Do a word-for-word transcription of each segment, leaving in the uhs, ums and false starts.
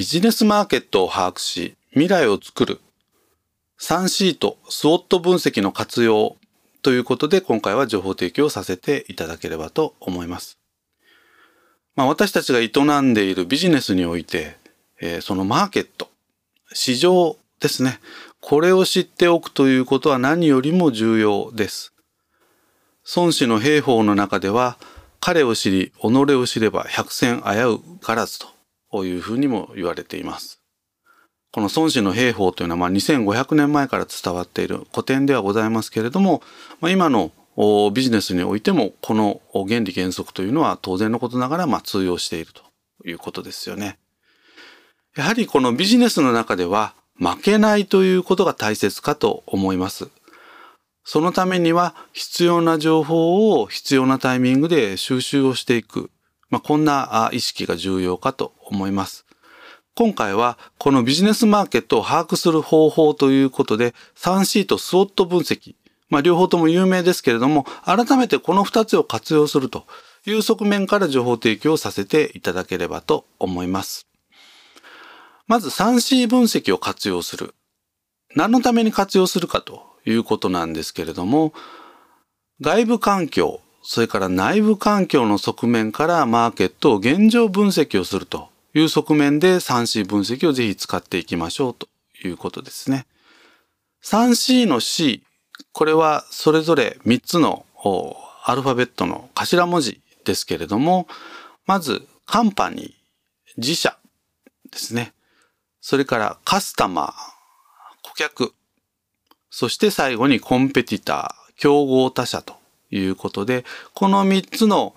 ジネスマーケットを把握し、未来を作る スリーシー とスウォット分析の活用ということで、今回は情報提供させていただければと思います。まあ、私たちが営んでいるビジネスにおいて、えー、そのマーケット、市場ですね。これを知っておくということは何よりも重要です。孫子の兵法の中では、彼を知り、己を知れば百戦危うからずというふうにも言われています。この孫子の兵法というのは、まあ、にせんごひゃくねんまえから伝わっている古典ではございますけれども、まあ、今のビジネスにおいてもこの原理原則というのは当然のことながらまあ通用しているということですよね。やはりこのビジネスの中では負けないということが大切かと思います。そのためには必要な情報を必要なタイミングで収集をしていく、まあ、こんな意識が重要かと思います。今回はこのビジネスマーケットを把握する方法ということで スリーシー とスウォット分析、まあ、両方とも有名ですけれども、改めてこのふたつを活用するという側面から情報提供させていただければと思います。まず スリーシー 分析を活用する。何のために活用するかということなんですけれども、外部環境、それから内部環境の側面からマーケットを現状分析をするという側面で スリーシー 分析をぜひ使っていきましょうということですね。スリーシー の C、これはそれぞれみっつのアルファベットの頭文字ですけれども、まずカンパニー、自社ですね。それからカスタマー、顧客、そして最後にコンペティター、競合他社ということで、このみっつの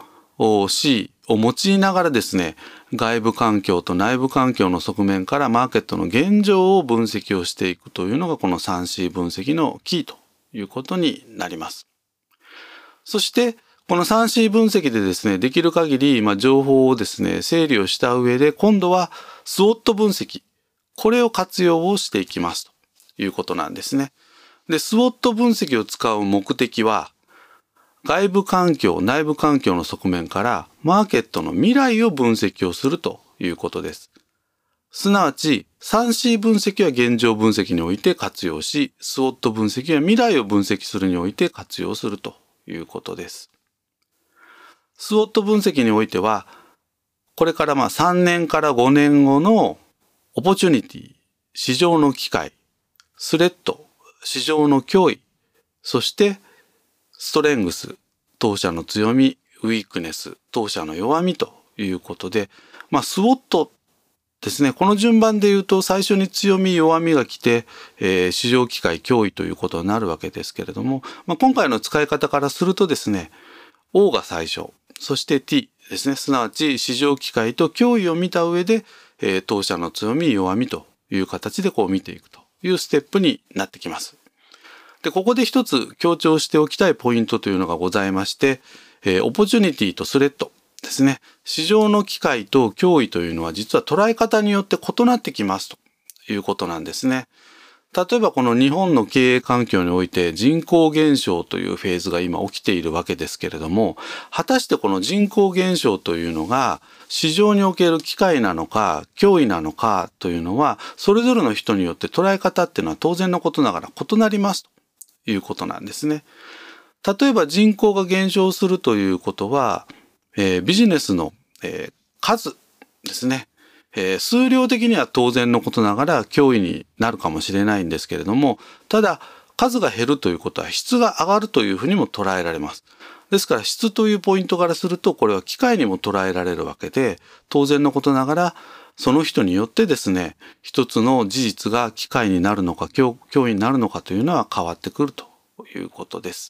C を用いながらですね、外部環境と内部環境の側面からマーケットの現状を分析をしていくというのがこの スリーシー 分析のキーということになります。そしてこの スリーシー 分析でですね、できる限りまあ情報をですね、整理をした上で今度はスウォット分析、これを活用をしていきますということなんですね。で、スウォット分析を使う目的は、外部環境、内部環境の側面からマーケットの未来を分析をするということです。すなわち スリーシー 分析は現状分析において活用し、スウォット分析は未来を分析するにおいて活用するということです。スウォット分析においては、これからまあさんねんからごねんごのオポチュニティ、市場の機会、スレッド、市場の脅威、そしてストレングス、当社の強み、ウィークネス、当社の弱みということで、まあスウォットですね、この順番で言うと最初に強み、弱みが来て、えー、市場機会、脅威ということになるわけですけれども、まあ、今回の使い方からするとですね、O が最初、そして T ですね、すなわち市場機会と脅威を見た上で、えー、当社の強み、弱みという形でこう見ていくというステップになってきます。で、ここで一つ強調しておきたいポイントというのがございまして、えー、オポチュニティとスレッドですね。市場の機会と脅威というのは実は捉え方によって異なってきますということなんですね。例えばこの日本の経営環境において人口減少というフェーズが今起きているわけですけれども、果たしてこの人口減少というのが市場における機会なのか脅威なのかというのはそれぞれの人によって捉え方っていうのは当然のことながら異なりますということなんですね。例えば人口が減少するということは、えー、ビジネスの、えー、数ですね。えー、数量的には当然のことながら脅威になるかもしれないんですけれども、ただ数が減るということは質が上がるというふうにも捉えられます。ですから質というポイントからするとこれは機会にも捉えられるわけで、当然のことながらその人によってですね、一つの事実が機会になるのか脅威になるのかというのは変わってくるということです。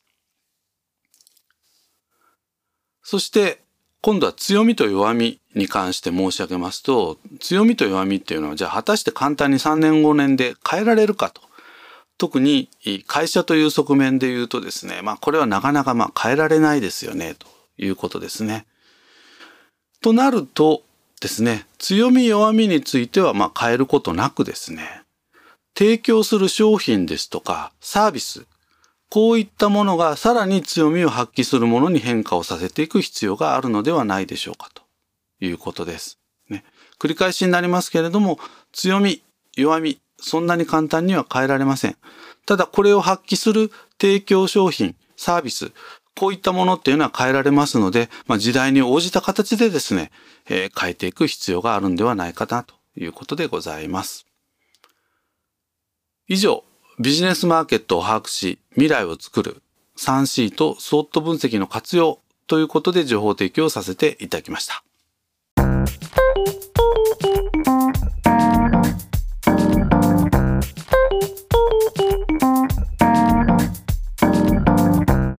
そして今度は強みと弱みに関して申し上げますと、強みと弱みっていうのはじゃあ果たして簡単にさんねんごねんで変えられるかと。特に会社という側面で言うとですね、まあこれはなかなかまあ変えられないですよねということですね。となるとですね、強み弱みについてはまあ変えることなくですね、提供する商品ですとかサービス、こういったものがさらに強みを発揮するものに変化をさせていく必要があるのではないでしょうかということです。ね、 繰り返しになりますけれども、強み、弱み、そんなに簡単には変えられません。ただこれを発揮する提供商品、サービス、こういったものっていうのは変えられますので、まあ、時代に応じた形でですね、えー、変えていく必要があるんではないかなということでございます。以上、ビジネスマーケットを把握し、未来を作る スリーシー とスウォット分析の活用ということで情報提供させていただきました。